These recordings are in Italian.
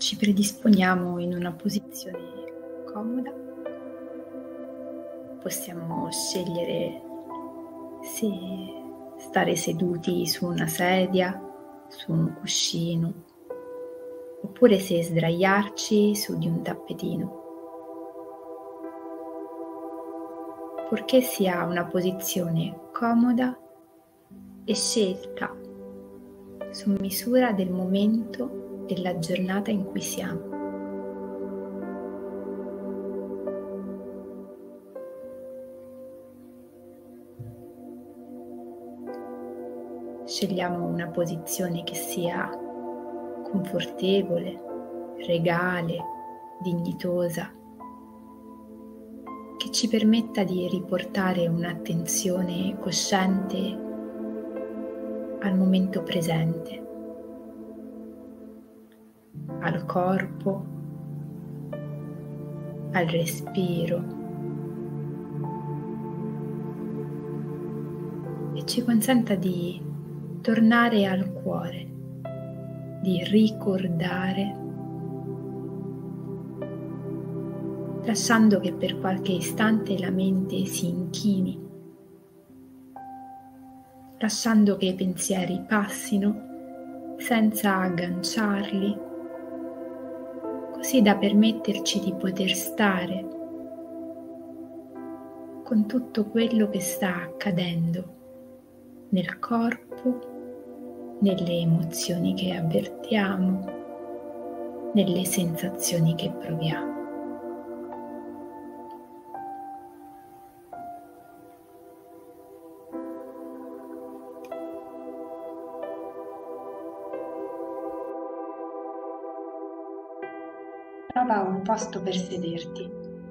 Ci predisponiamo in una posizione comoda. Possiamo scegliere se stare seduti su una sedia, su un cuscino, oppure se sdraiarci su di un tappetino. Purché sia una posizione comoda e scelta su misura del momento della giornata in cui siamo. Scegliamo una posizione che sia confortevole, regale, dignitosa, che ci permetta di riportare un'attenzione cosciente al momento presente, al corpo, al respiro, e ci consenta di tornare al cuore, di ricordare, lasciando che per qualche istante la mente si inchini, lasciando che i pensieri passino senza agganciarli, così da permetterci di poter stare con tutto quello che sta accadendo nel corpo, nelle emozioni che avvertiamo, nelle sensazioni che proviamo. Trova un posto per sederti.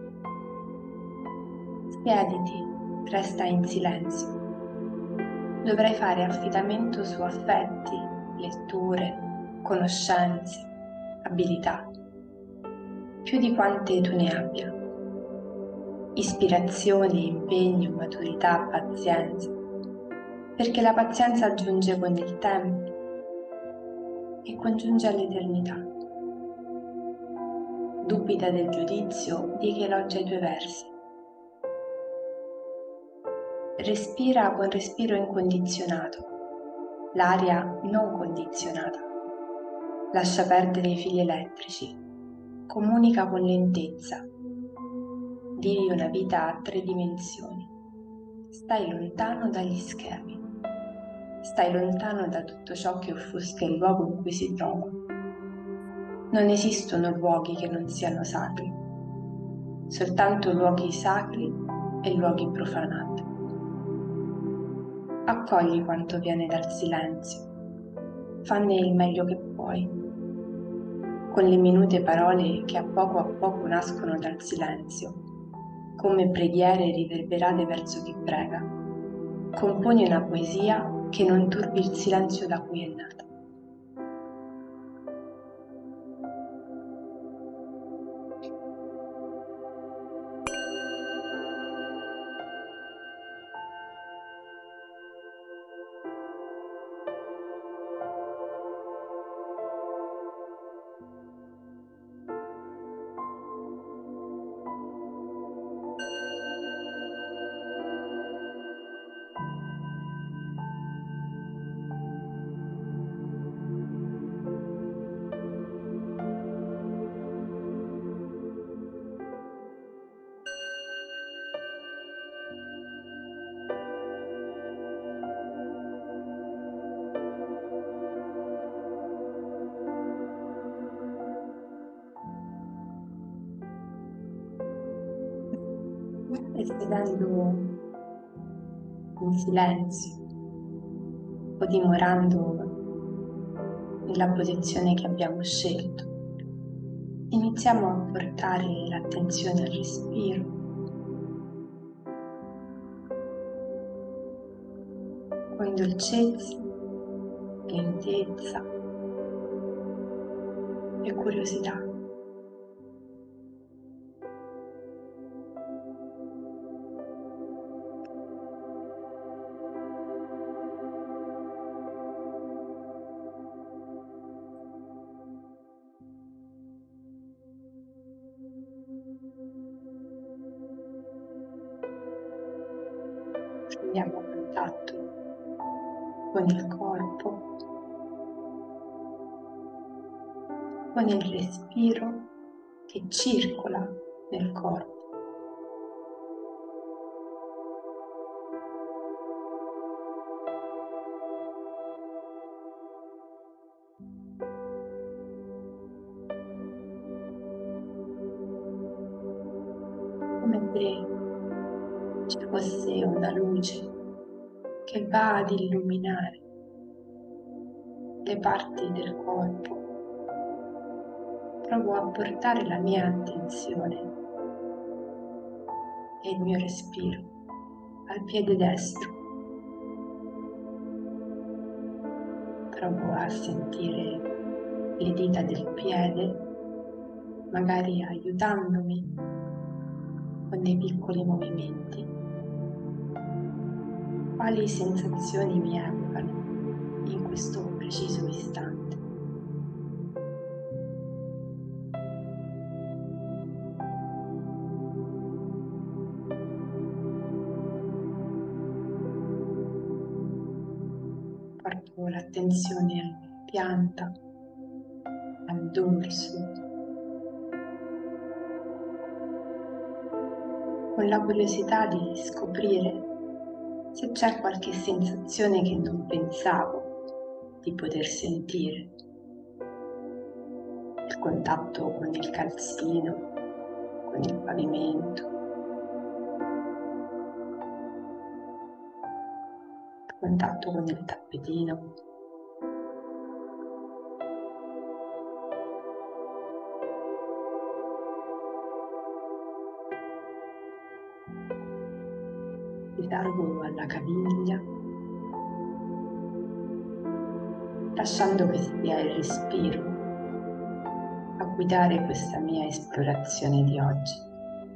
Siediti, resta in silenzio. Dovrai fare affidamento su affetti, letture, conoscenze, abilità, più di quante tu ne abbia. Ispirazioni, impegno, maturità, pazienza, perché la pazienza giunge con il tempo e congiunge all'eternità. Dubita del giudizio di chi elogia i tuoi versi. Respira con respiro incondizionato, l'aria non condizionata. Lascia perdere i fili elettrici, comunica con lentezza. Vivi una vita a 3 dimensioni. Stai lontano dagli schermi. Stai lontano da tutto ciò che offusca il luogo in cui si trova. Non esistono luoghi che non siano sacri, soltanto luoghi sacri e luoghi profanati. Accogli quanto viene dal silenzio, fanne il meglio che puoi, con le minute parole che a poco nascono dal silenzio, come preghiere riverberate verso chi prega. Componi una poesia che non turbi il silenzio da cui è nata. E sedendo in silenzio o dimorando nella posizione che abbiamo scelto, iniziamo a portare l'attenzione al respiro, con dolcezza, lentezza e curiosità. prendiamo contatto con il corpo, con il respiro che circola nel corpo. Come se ci fosse una luce che va ad illuminare le parti del corpo. Provo a portare la mia attenzione e il mio respiro al piede destro. Provo a sentire le dita del piede, magari aiutandomi con dei piccoli movimenti. Quali sensazioni mi evocano in questo preciso istante? Porto l'attenzione alla pianta, al dorso, con la curiosità di scoprire se c'è qualche sensazione che non pensavo di poter sentire. Il contatto con il calzino, con il pavimento, il contatto con il tappetino. Risalgo alla caviglia, lasciando che sia il respiro a guidare questa mia esplorazione di oggi.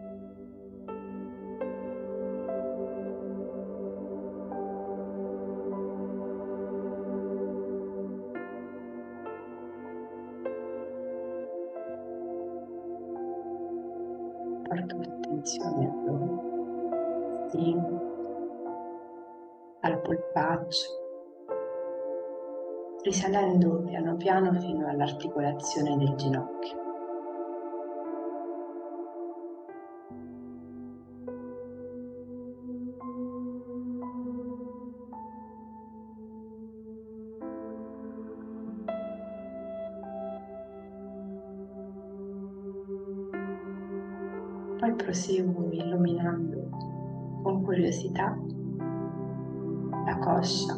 Porto l'attenzione allo stinco, al polpaccio, risalendo piano piano fino all'articolazione del ginocchio. Poi proseguo illuminando con curiosità la coscia,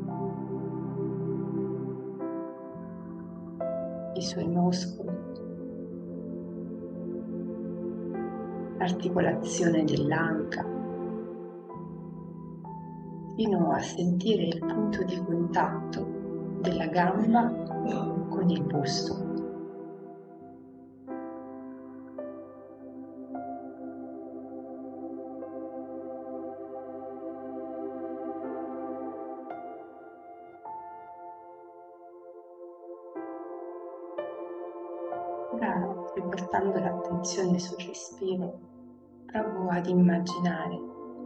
i suoi muscoli, l'articolazione dell'anca, fino a sentire il punto di contatto della gamba con il busto. Ora, riportando l'attenzione sul respiro, provo ad immaginare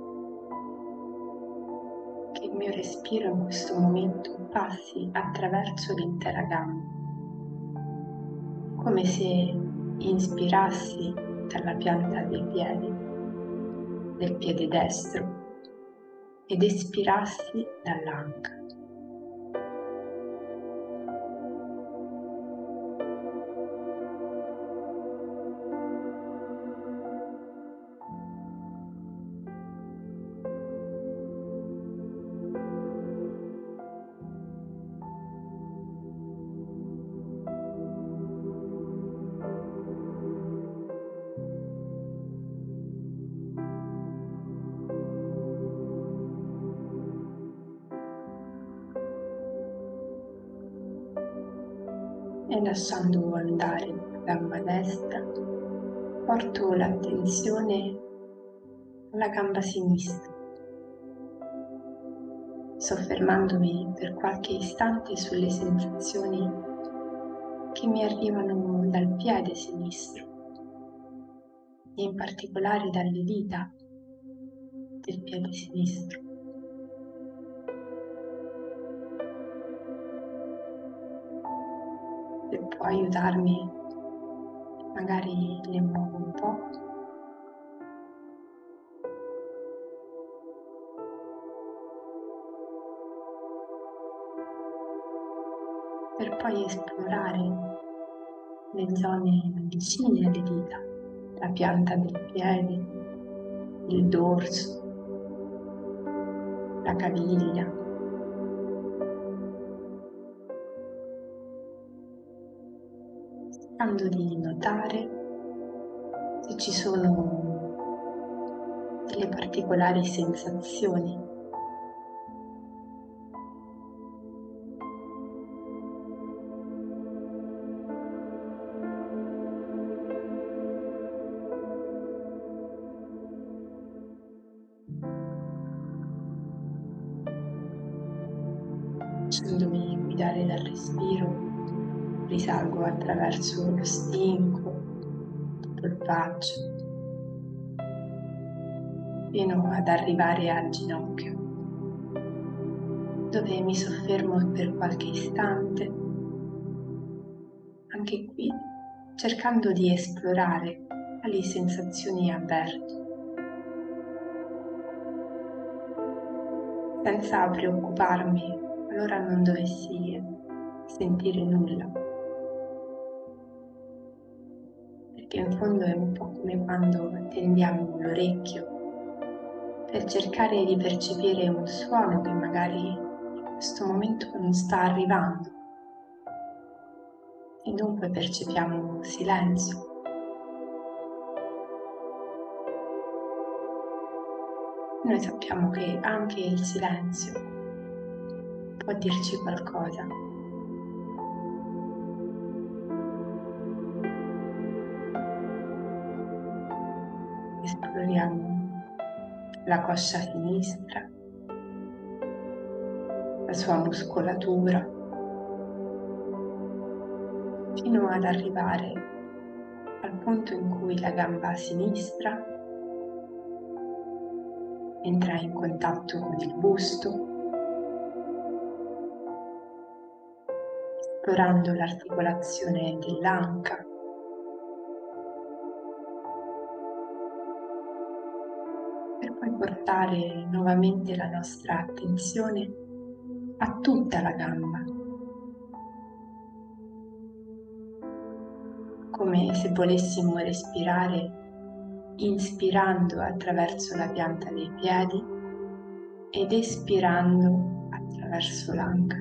che il mio respiro in questo momento passi attraverso l'intera gamba, come se inspirassi dalla pianta del piede destro, ed espirassi dall'anca. E lasciando andare la gamba destra, porto l'attenzione alla gamba sinistra, soffermandomi per qualche istante sulle sensazioni che mi arrivano dal piede sinistro, e in particolare dalle dita del piede sinistro. Se può aiutarmi, magari le muovo un po'. Per poi esplorare le zone vicine alle dita, la pianta dei piedi, il dorso, la caviglia. Cercando di notare se ci sono delle particolari sensazioni. Facendomi guidare dal respiro, risalgo attraverso lo stinco, il polpaccio, fino ad arrivare al ginocchio, dove mi soffermo per qualche istante, anche qui cercando di esplorare quali sensazioni avverto, senza preoccuparmi qualora non dovessi sentire nulla, perché in fondo è un po' come quando tendiamo l'orecchio per cercare di percepire un suono che magari in questo momento non sta arrivando e dunque percepiamo silenzio. Noi sappiamo che anche il silenzio può dirci qualcosa. Esploriamo la coscia sinistra, la sua muscolatura, fino ad arrivare al punto in cui la gamba sinistra entra in contatto con il busto, esplorando l'articolazione dell'anca, per poi portare nuovamente la nostra attenzione a tutta la gamba, come se volessimo respirare inspirando attraverso la pianta dei piedi ed espirando attraverso l'anca.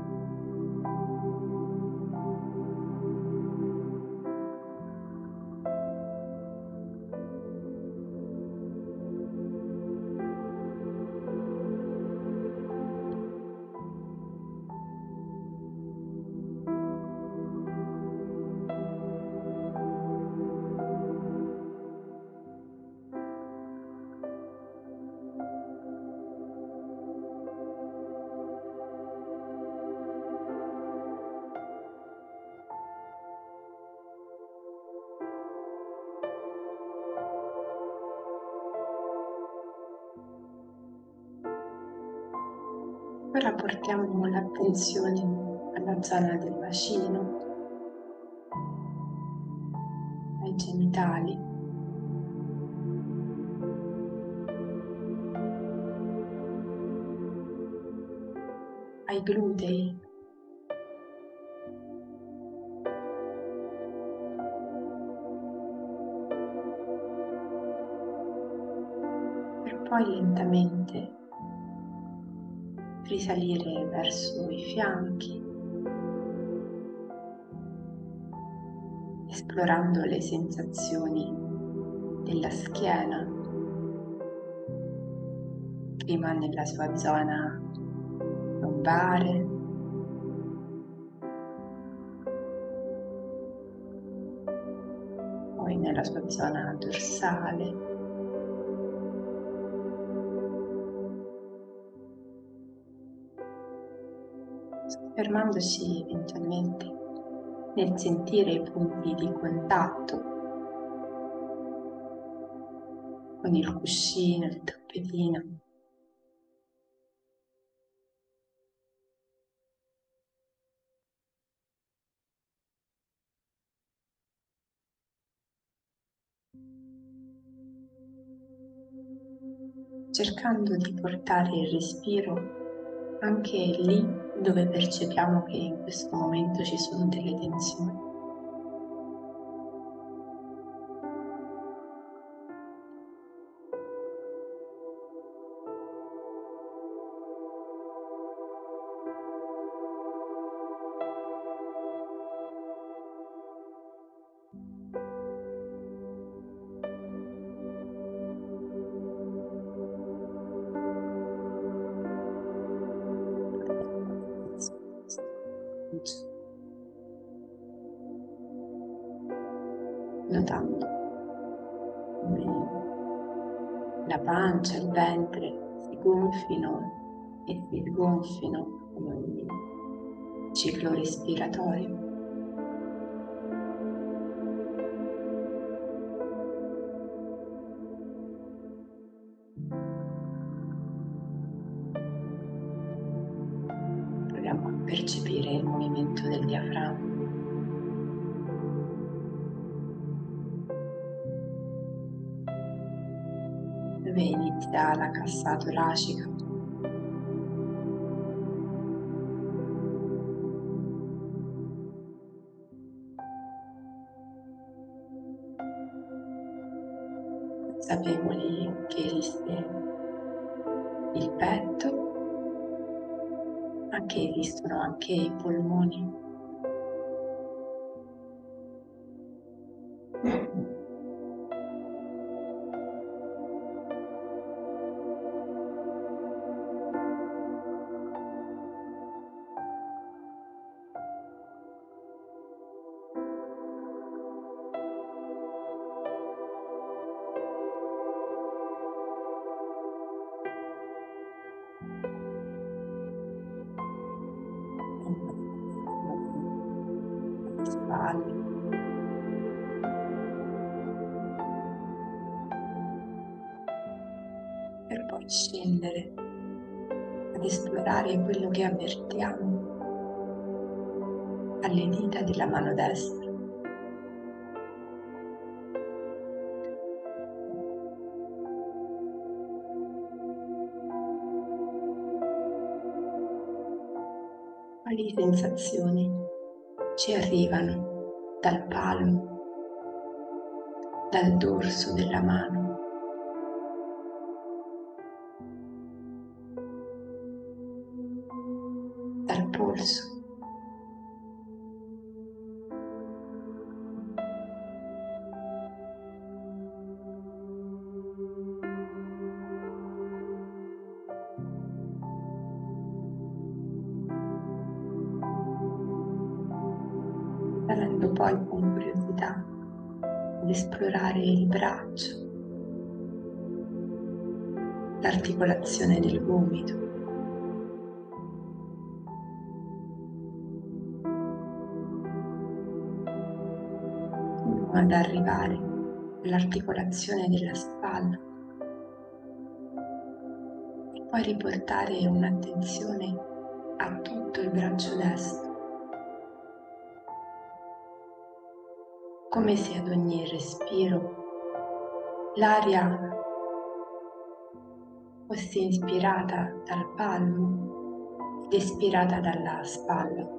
Ora portiamo l'attenzione alla zona del bacino, ai genitali, ai glutei, per poi lentamente risalire verso i fianchi, esplorando le sensazioni della schiena, prima nella sua zona lombare, poi nella sua zona dorsale, fermandoci eventualmente nel sentire i punti di contatto con il cuscino, il tappetino. cercando di portare il respiro anche lì dove percepiamo che in questo momento ci sono delle tensioni. Notando come la pancia e il ventre si gonfino e si sgonfino con ogni ciclo respiratorio. Proviamo a percepire il movimento del diaframma. Dove inizia la cassa toracica, consapevoli che esiste il petto, ma che esistono anche i polmoni. Spalle, per poi scendere ad esplorare quello che avvertiamo alle dita della mano destra. Quali sensazioni ci arrivano dal palmo, dal dorso della mano, dal polso, salendo poi con curiosità ad esplorare il braccio, l'articolazione del gomito, fino ad arrivare all'articolazione della spalla e poi riportare un'attenzione a tutto il braccio destro, come se ad ogni respiro l'aria fosse inspirata dal palmo ed espirata dalla spalla.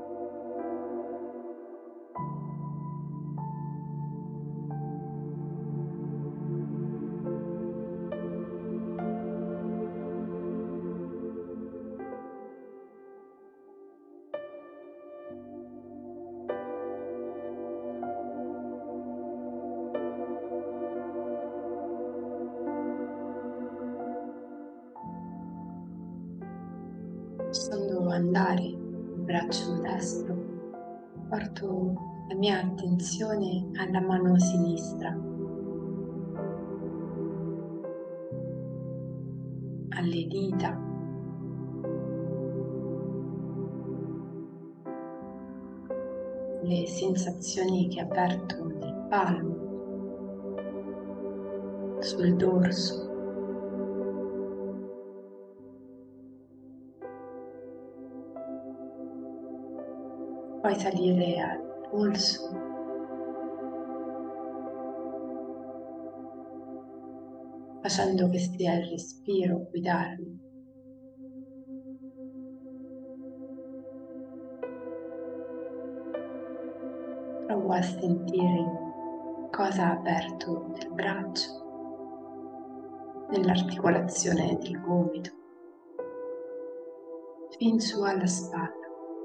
Lasciando andare il braccio destro, porto la mia attenzione alla mano sinistra, alle dita, le sensazioni che avverto nel palmo, sul dorso. Poi salire al polso, lasciando che sia il respiro a guidarmi. Provo a sentire cosa ha aperto nel braccio, nell'articolazione del gomito, fin su alla spalla.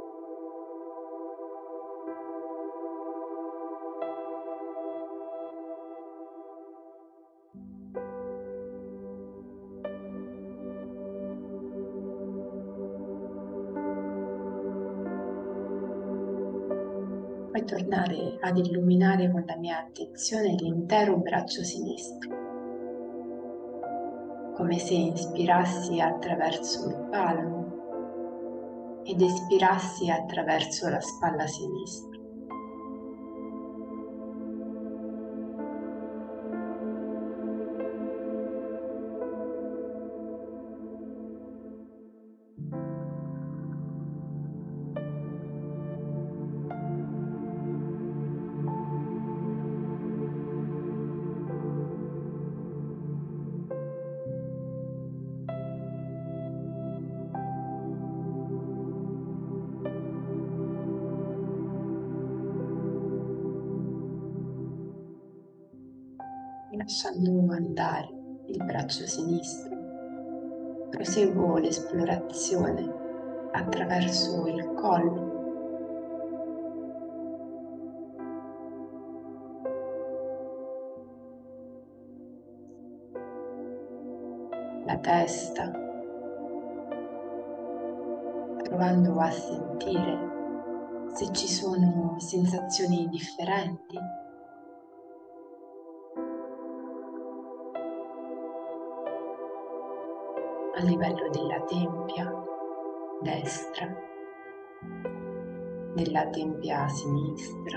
Poi tornare ad illuminare con la mia attenzione l'intero braccio sinistro, come se inspirassi attraverso il palmo ed espirassi attraverso la spalla sinistra. Lasciando andare il braccio sinistro, proseguo l'esplorazione attraverso il collo, la testa, provando a sentire se ci sono sensazioni differenti. A livello della tempia destra, della tempia sinistra.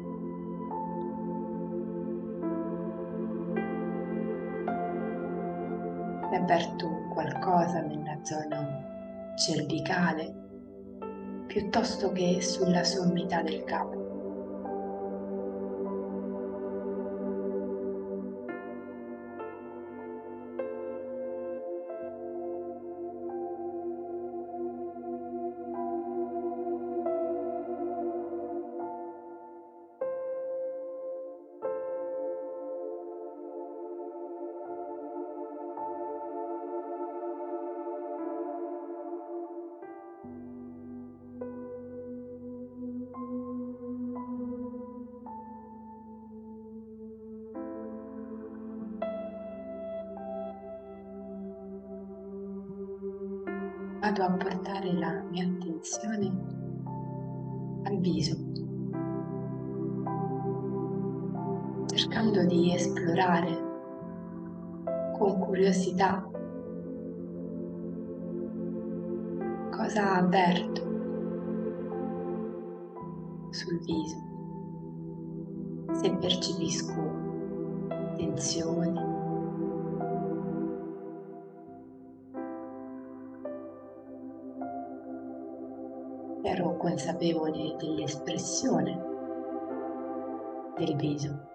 È aperto qualcosa nella zona cervicale piuttosto che sulla sommità del capo. Vado a portare la mia attenzione al viso, cercando di esplorare con curiosità cosa ha aperto sul viso, se percepisco tensioni, ero consapevole dell'espressione del viso.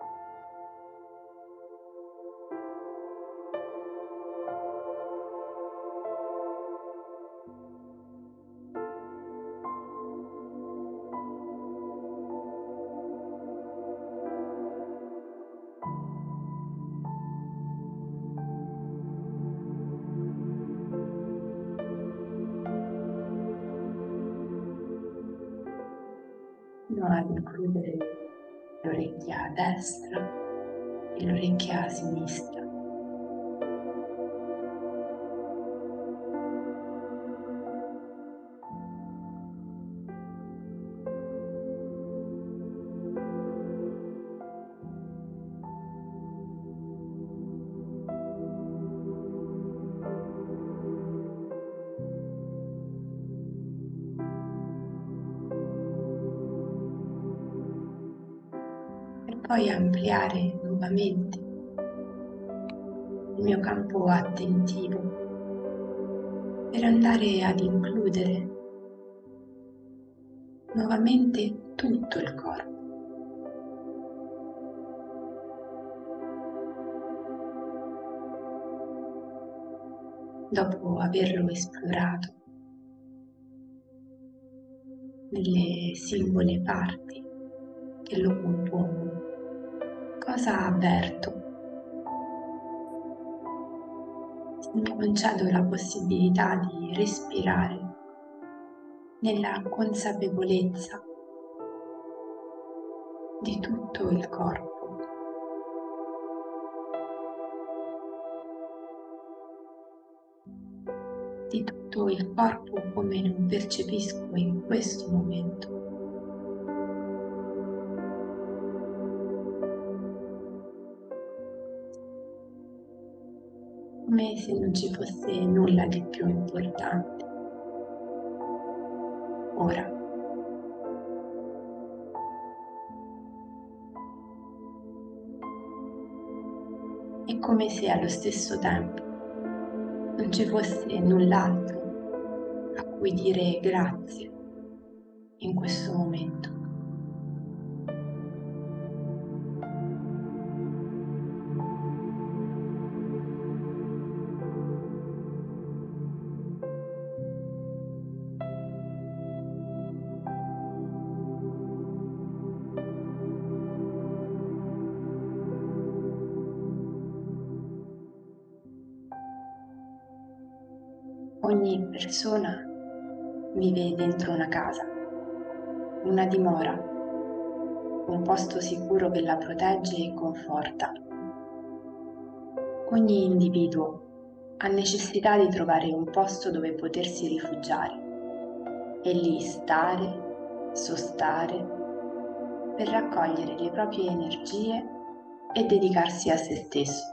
Fino ad includere l'orecchia destra e l'orecchia sinistra. E poi ampliare nuovamente il mio campo attentivo per andare ad includere nuovamente tutto il corpo. dopo averlo esplorato nelle singole parti che lo compongono, cosa ha avverto? Mi concedo la possibilità di respirare nella consapevolezza di tutto il corpo. Di tutto il corpo come lo percepisco in questo momento. Come se non ci fosse nulla di più importante. Ora. È come se allo stesso tempo non ci fosse null'altro a cui dire grazie in questo momento. Ogni persona vive dentro una casa, una dimora, un posto sicuro che la protegge e conforta. Ogni individuo ha necessità di trovare un posto dove potersi rifugiare e lì stare, sostare, per raccogliere le proprie energie e dedicarsi a se stesso.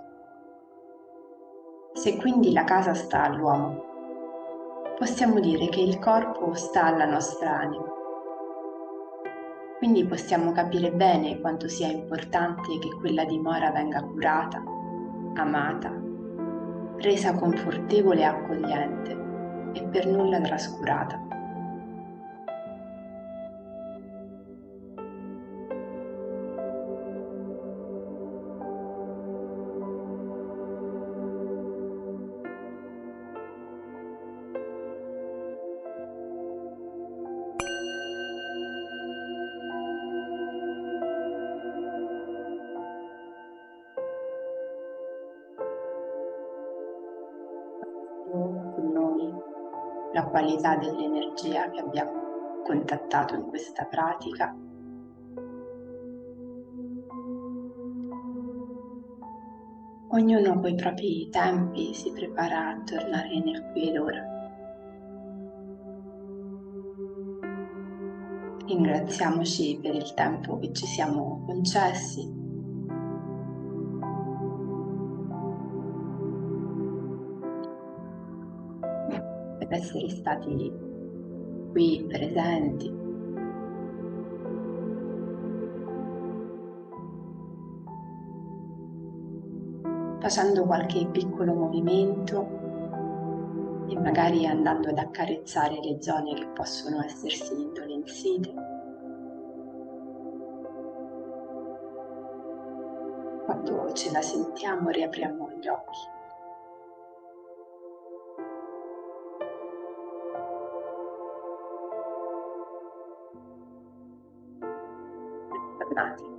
Se quindi la casa sta all'uomo, possiamo dire che il corpo sta alla nostra anima. Quindi possiamo capire bene quanto sia importante che quella dimora venga curata, amata, resa confortevole e accogliente e per nulla trascurata. Con noi la qualità dell'energia che abbiamo contattato in questa pratica. Ognuno coi propri tempi si prepara a tornare nel qui ed ora. Ringraziamoci per il tempo che ci siamo concessi. Per essere stati qui presenti. Facendo qualche piccolo movimento e magari andando ad accarezzare le zone che possono essersi indolenzite. Quando ce la sentiamo riapriamo gli occhi. Bentornati.